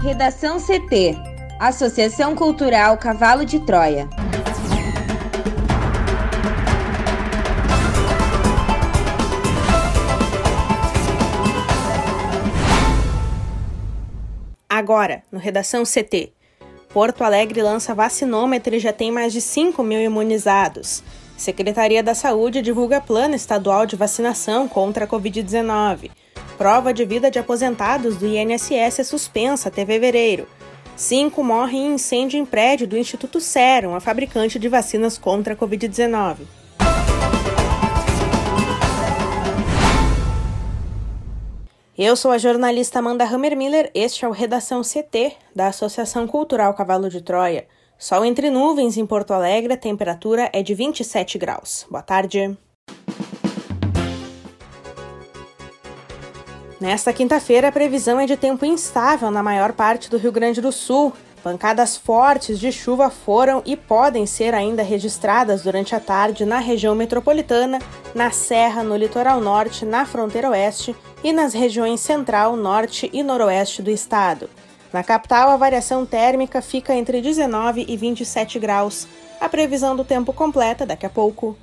Redação CT, Associação Cultural Cavalo de Troia. Agora, no Redação CT, Porto Alegre lança vacinômetro e já tem mais de 5 mil imunizados. Secretaria da Saúde divulga plano estadual de vacinação contra a Covid-19. Prova de vida de aposentados do INSS é suspensa até fevereiro. 5 morrem em incêndio em prédio do Instituto Serum, a fabricante de vacinas contra a Covid-19. Eu sou a jornalista Amanda Hammermiller, este é o Redação CT, da Associação Cultural Cavalo de Troia. Sol entre nuvens em Porto Alegre, a temperatura é de 27 graus. Boa tarde. Nesta quinta-feira, a previsão é de tempo instável na maior parte do Rio Grande do Sul. Pancadas fortes de chuva foram e podem ser ainda registradas durante a tarde na região metropolitana, na Serra, no litoral norte, na fronteira oeste e nas regiões central, norte e noroeste do estado. Na capital, a variação térmica fica entre 19 e 27 graus. A previsão do tempo completa daqui a pouco.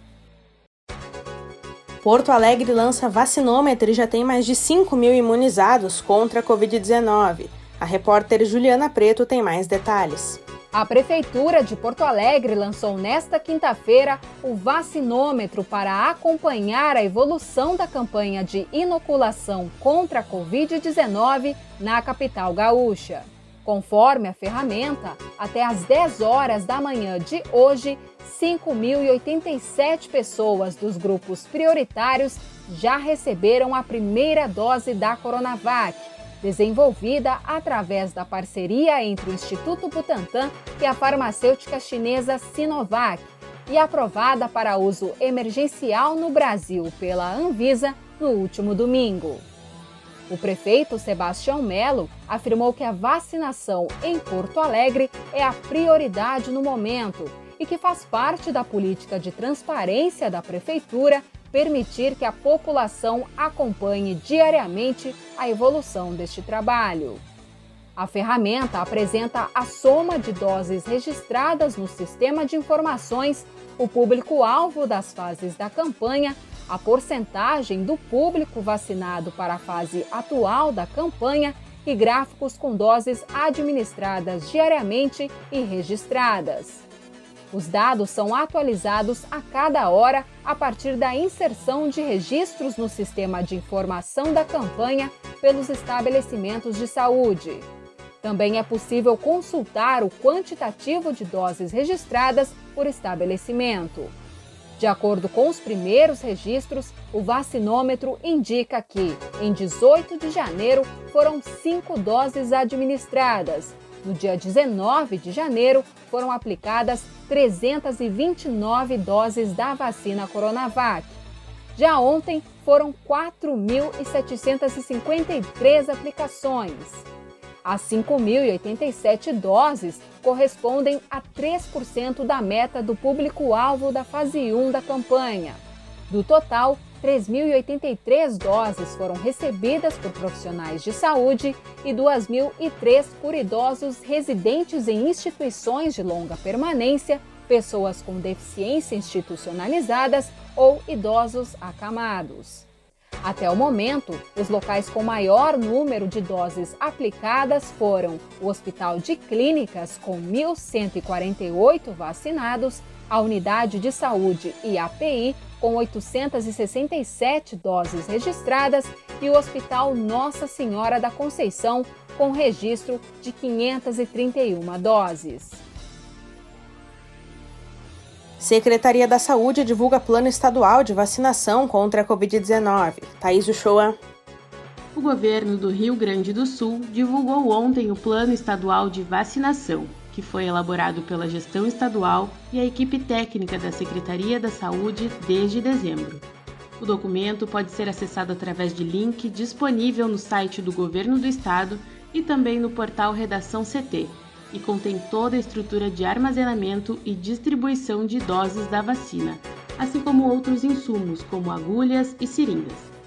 Porto Alegre lança vacinômetro e já tem mais de 5 mil imunizados contra a Covid-19. A repórter Juliana Preto tem mais detalhes. A Prefeitura de Porto Alegre lançou nesta quinta-feira o vacinômetro para acompanhar a evolução da campanha de inoculação contra a Covid-19 na capital gaúcha. Conforme a ferramenta, até às 10 horas da manhã de hoje, 5.087 pessoas dos grupos prioritários já receberam a primeira dose da Coronavac, desenvolvida através da parceria entre o Instituto Butantan e a farmacêutica chinesa Sinovac e aprovada para uso emergencial no Brasil pela Anvisa no último domingo. O prefeito Sebastião Melo afirmou que a vacinação em Porto Alegre é a prioridade no momento e que faz parte da política de transparência da prefeitura permitir que a população acompanhe diariamente a evolução deste trabalho. A ferramenta apresenta a soma de doses registradas no sistema de informações, o público-alvo das fases da campanha, a porcentagem do público vacinado para a fase atual da campanha e gráficos com doses administradas diariamente e registradas. Os dados são atualizados a cada hora a partir da inserção de registros no sistema de informação da campanha pelos estabelecimentos de saúde. Também é possível consultar o quantitativo de doses registradas por estabelecimento. De acordo com os primeiros registros, o vacinômetro indica que, em 18 de janeiro, foram 5 doses administradas. No dia 19 de janeiro, foram aplicadas 329 doses da vacina Coronavac. Já ontem, foram 4.753 aplicações. As 5.087 doses correspondem a 3% da meta do público-alvo da fase 1 da campanha. Do total, 3.083 doses foram recebidas por profissionais de saúde e 2.003 por idosos residentes em instituições de longa permanência, pessoas com deficiência institucionalizadas ou idosos acamados. Até o momento, os locais com maior número de doses aplicadas foram o Hospital de Clínicas, com 1.148 vacinados, a Unidade de Saúde e API, com 867 doses registradas, e o Hospital Nossa Senhora da Conceição, com registro de 531 doses. Secretaria da Saúde divulga plano estadual de vacinação contra a Covid-19. Thaís Uchoa. O governo do Rio Grande do Sul divulgou ontem o plano estadual de vacinação, que foi elaborado pela gestão estadual e a equipe técnica da Secretaria da Saúde desde dezembro. O documento pode ser acessado através de link disponível no site do Governo do Estado e também no portal Redação CT, e contém toda a estrutura de armazenamento e distribuição de doses da vacina, assim como outros insumos, como agulhas e seringas.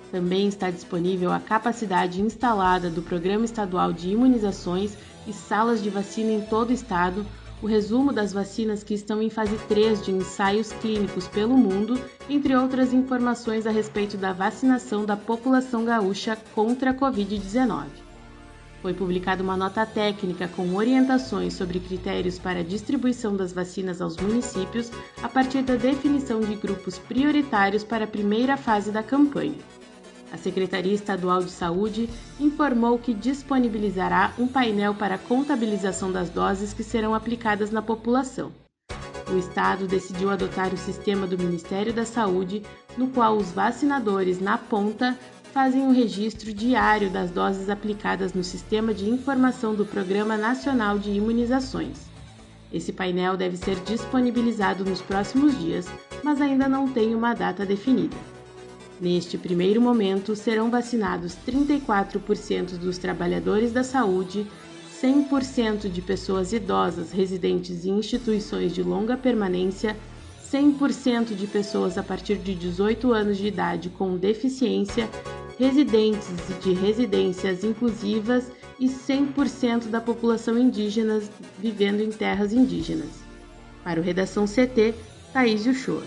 Também está disponível a capacidade instalada do Programa Estadual de Imunizações e salas de vacina em todo o estado, o resumo das vacinas que estão em fase 3 de ensaios clínicos pelo mundo, entre outras informações a respeito da vacinação da população gaúcha contra a Covid-19. Foi publicada uma nota técnica com orientações sobre critérios para a distribuição das vacinas aos municípios a partir da definição de grupos prioritários para a primeira fase da campanha. A Secretaria Estadual de Saúde informou que disponibilizará um painel para a contabilização das doses que serão aplicadas na população. O Estado decidiu adotar o sistema do Ministério da Saúde, no qual os vacinadores na ponta fazem o registro diário das doses aplicadas no Sistema de Informação do Programa Nacional de Imunizações. Esse painel deve ser disponibilizado nos próximos dias, mas ainda não tem uma data definida. Neste primeiro momento, serão vacinados 34% dos trabalhadores da saúde, 100% de pessoas idosas residentes em instituições de longa permanência, 100% de pessoas a partir de 18 anos de idade com deficiência, residentes de residências inclusivas e 100% da população indígena vivendo em terras indígenas. Para o Redação CT, Thaís Uchoa.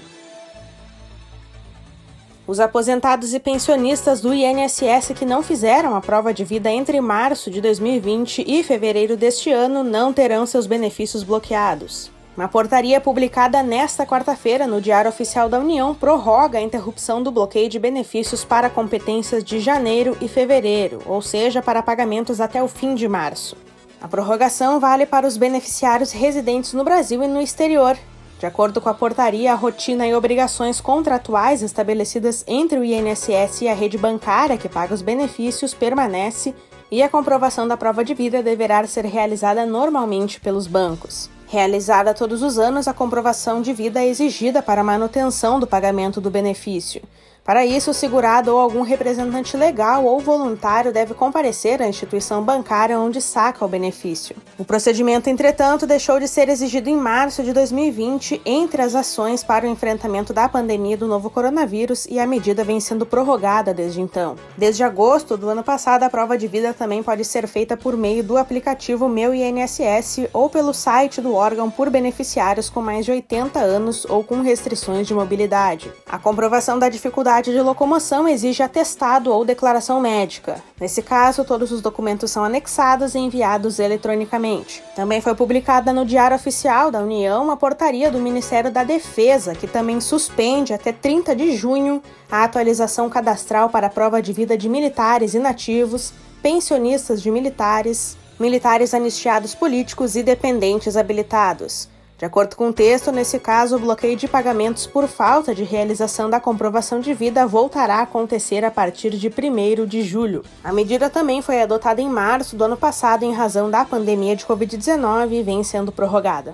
Os aposentados e pensionistas do INSS que não fizeram a prova de vida entre março de 2020 e fevereiro deste ano não terão seus benefícios bloqueados. Uma portaria publicada nesta quarta-feira no Diário Oficial da União prorroga a interrupção do bloqueio de benefícios para competências de janeiro e fevereiro, ou seja, para pagamentos até o fim de março. A prorrogação vale para os beneficiários residentes no Brasil e no exterior. De acordo com a portaria, a rotina e obrigações contratuais estabelecidas entre o INSS e a rede bancária que paga os benefícios permanece e a comprovação da prova de vida deverá ser realizada normalmente pelos bancos. Realizada todos os anos, a comprovação de vida é exigida para a manutenção do pagamento do benefício. Para isso, o segurado ou algum representante legal ou voluntário deve comparecer à instituição bancária onde saca o benefício. O procedimento, entretanto, deixou de ser exigido em março de 2020 entre as ações para o enfrentamento da pandemia do novo coronavírus e a medida vem sendo prorrogada desde então. Desde agosto do ano passado, a prova de vida também pode ser feita por meio do aplicativo Meu INSS ou pelo site do órgão por beneficiários com mais de 80 anos ou com restrições de mobilidade. A comprovação da dificuldade de locomoção exige atestado ou declaração médica. Nesse caso, todos os documentos são anexados e enviados eletronicamente. Também foi publicada no Diário Oficial da União uma portaria do Ministério da Defesa, que também suspende até 30 de junho a atualização cadastral para a prova de vida de militares inativos, pensionistas de militares, militares anistiados políticos e dependentes habilitados. De acordo com o texto, nesse caso, o bloqueio de pagamentos por falta de realização da comprovação de vida voltará a acontecer a partir de 1º de julho. A medida também foi adotada em março do ano passado em razão da pandemia de Covid-19 e vem sendo prorrogada.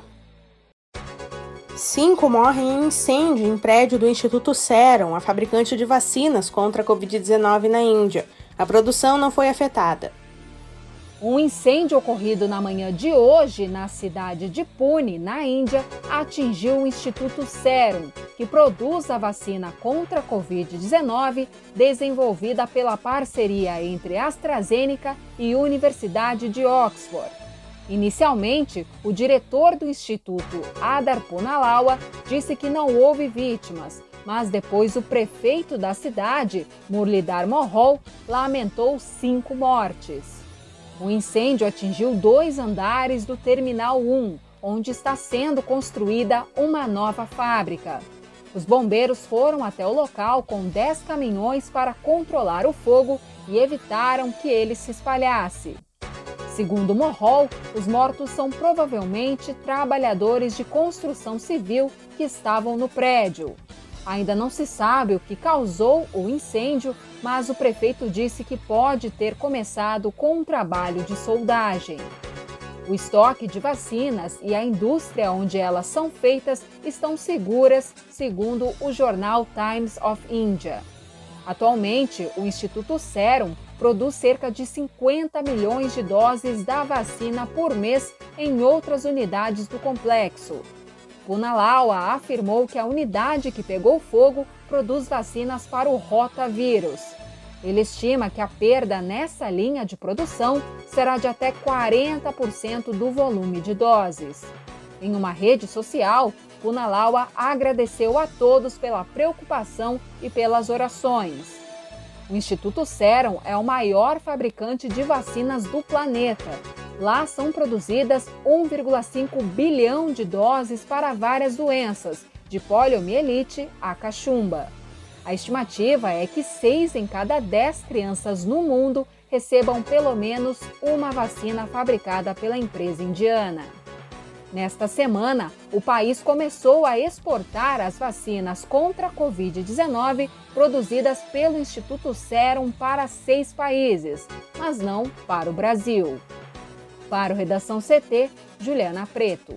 5 morrem em incêndio em prédio do Instituto Serum, a fabricante de vacinas contra a Covid-19 na Índia. A produção não foi afetada. Um incêndio ocorrido na manhã de hoje na cidade de Pune, na Índia, atingiu o Instituto Serum, que produz a vacina contra a Covid-19 desenvolvida pela parceria entre AstraZeneca e Universidade de Oxford. Inicialmente, o diretor do Instituto, Adar Punalawa, disse que não houve vítimas, mas depois o prefeito da cidade, Murlidhar Mohol, lamentou 5 mortes. O incêndio atingiu 2 andares do Terminal 1, onde está sendo construída uma nova fábrica. Os bombeiros foram até o local com 10 caminhões para controlar o fogo e evitaram que ele se espalhasse. Segundo Mohol, os mortos são provavelmente trabalhadores de construção civil que estavam no prédio. Ainda não se sabe o que causou o incêndio, mas o prefeito disse que pode ter começado com um trabalho de soldagem. O estoque de vacinas e a indústria onde elas são feitas estão seguras, segundo o jornal Times of India. Atualmente, o Instituto Serum produz cerca de 50 milhões de doses da vacina por mês em outras unidades do complexo. Punalawa afirmou que a unidade que pegou fogo produz vacinas para o rotavírus. Ele estima que a perda nessa linha de produção será de até 40% do volume de doses. Em uma rede social, Punalawa agradeceu a todos pela preocupação e pelas orações. O Instituto Serum é o maior fabricante de vacinas do planeta. Lá são produzidas 1,5 bilhão de doses para várias doenças, de poliomielite à cachumba. A estimativa é que 6 em cada 10 crianças no mundo recebam pelo menos uma vacina fabricada pela empresa indiana. Nesta semana, o país começou a exportar as vacinas contra a Covid-19 produzidas pelo Instituto Serum para 6 países, mas não para o Brasil. Para o Redação CT, Juliana Preto.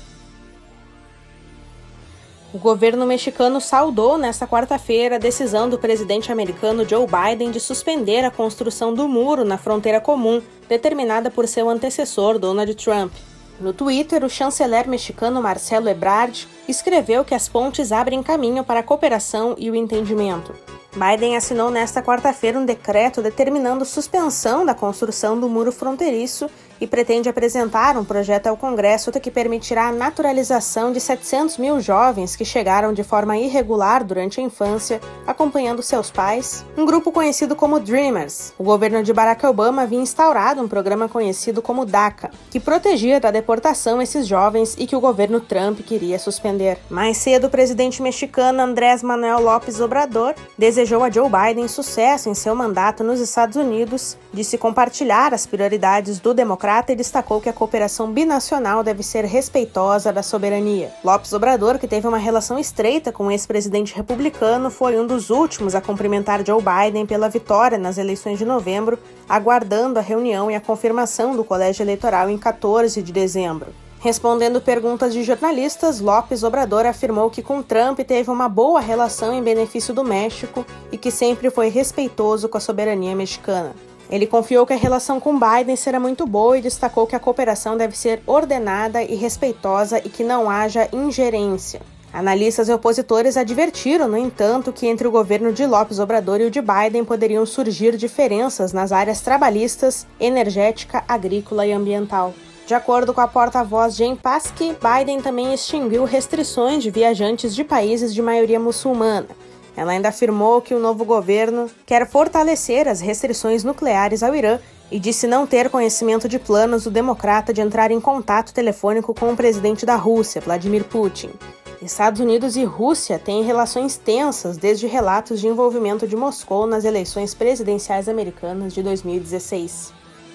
O governo mexicano saudou nesta quarta-feira a decisão do presidente americano Joe Biden de suspender a construção do muro na fronteira comum, determinada por seu antecessor Donald Trump. No Twitter, o chanceler mexicano Marcelo Ebrard escreveu que as pontes abrem caminho para a cooperação e o entendimento. Biden assinou nesta quarta-feira um decreto determinando suspensão da construção do muro fronteiriço e pretende apresentar um projeto ao Congresso que permitirá a naturalização de 700 mil jovens que chegaram de forma irregular durante a infância, acompanhando seus pais, um grupo conhecido como Dreamers. O governo de Barack Obama havia instaurado um programa conhecido como DACA, que protegia da deportação esses jovens e que o governo Trump queria suspender. Mais cedo, o presidente mexicano Andrés Manuel López Obrador desejou a Joe Biden sucesso em seu mandato nos Estados Unidos, disse compartilhar as prioridades do democrata e destacou que a cooperação binacional deve ser respeitosa da soberania. López Obrador, que teve uma relação estreita com o ex-presidente republicano, foi um dos últimos a cumprimentar Joe Biden pela vitória nas eleições de novembro, aguardando a reunião e a confirmação do colégio eleitoral em 14 de dezembro. Respondendo perguntas de jornalistas, López Obrador afirmou que com Trump teve uma boa relação em benefício do México e que sempre foi respeitoso com a soberania mexicana. Ele confiou que a relação com Biden será muito boa e destacou que a cooperação deve ser ordenada e respeitosa e que não haja ingerência. Analistas e opositores advertiram, no entanto, que entre o governo de López Obrador e o de Biden poderiam surgir diferenças nas áreas trabalhistas, energética, agrícola e ambiental. De acordo com a porta-voz Jen Psaki, Biden também extinguiu restrições de viajantes de países de maioria muçulmana. Ela ainda afirmou que o novo governo quer fortalecer as restrições nucleares ao Irã e disse não ter conhecimento de planos do democrata de entrar em contato telefônico com o presidente da Rússia, Vladimir Putin. Estados Unidos e Rússia têm relações tensas desde relatos de envolvimento de Moscou nas eleições presidenciais americanas de 2016.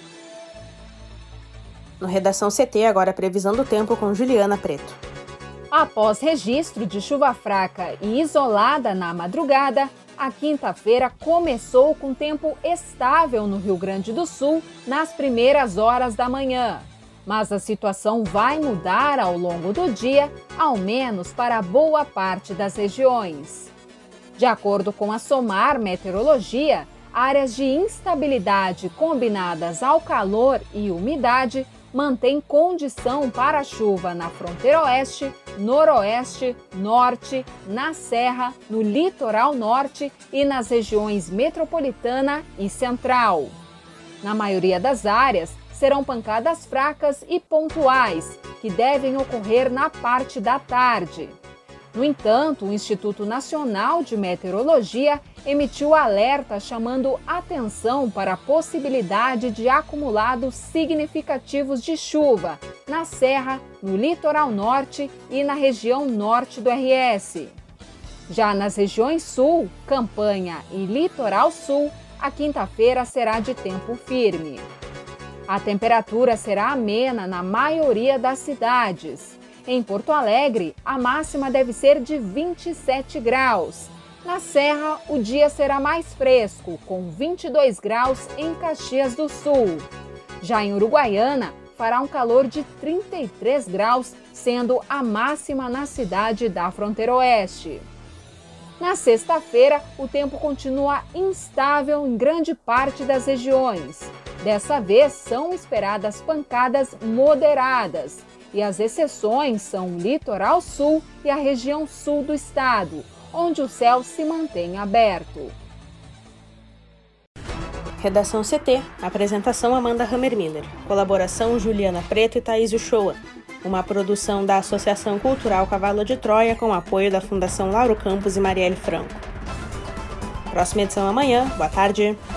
No Redação CT, agora a previsão do tempo com Juliana Preto. Após registro de chuva fraca e isolada na madrugada, a quinta-feira começou com tempo estável no Rio Grande do Sul nas primeiras horas da manhã. Mas a situação vai mudar ao longo do dia, ao menos para boa parte das regiões. De acordo com a SOMAR Meteorologia, áreas de instabilidade combinadas ao calor e umidade mantém condição para chuva na fronteira oeste, noroeste, norte, na serra, no litoral norte e nas regiões metropolitana e central. Na maioria das áreas, serão pancadas fracas e pontuais, que devem ocorrer na parte da tarde. No entanto, o Instituto Nacional de Meteorologia emitiu alerta chamando atenção para a possibilidade de acumulados significativos de chuva na Serra, no litoral norte e na região norte do RS. Já nas regiões sul, Campanha e litoral sul, a quinta-feira será de tempo firme. A temperatura será amena na maioria das cidades. Em Porto Alegre, a máxima deve ser de 27 graus. Na Serra, o dia será mais fresco, com 22 graus em Caxias do Sul. Já em Uruguaiana, fará um calor de 33 graus, sendo a máxima na cidade da fronteira oeste. Na sexta-feira, o tempo continua instável em grande parte das regiões. Dessa vez, são esperadas pancadas moderadas. E as exceções são o litoral sul e a região sul do estado, onde o céu se mantém aberto. Redação CT. Apresentação Amanda Hammermiller. Colaboração Juliana Preto e Thaís Uchoa. Uma produção da Associação Cultural Cavalo de Troia com apoio da Fundação Lauro Campos e Marielle Franco. Próxima edição amanhã. Boa tarde.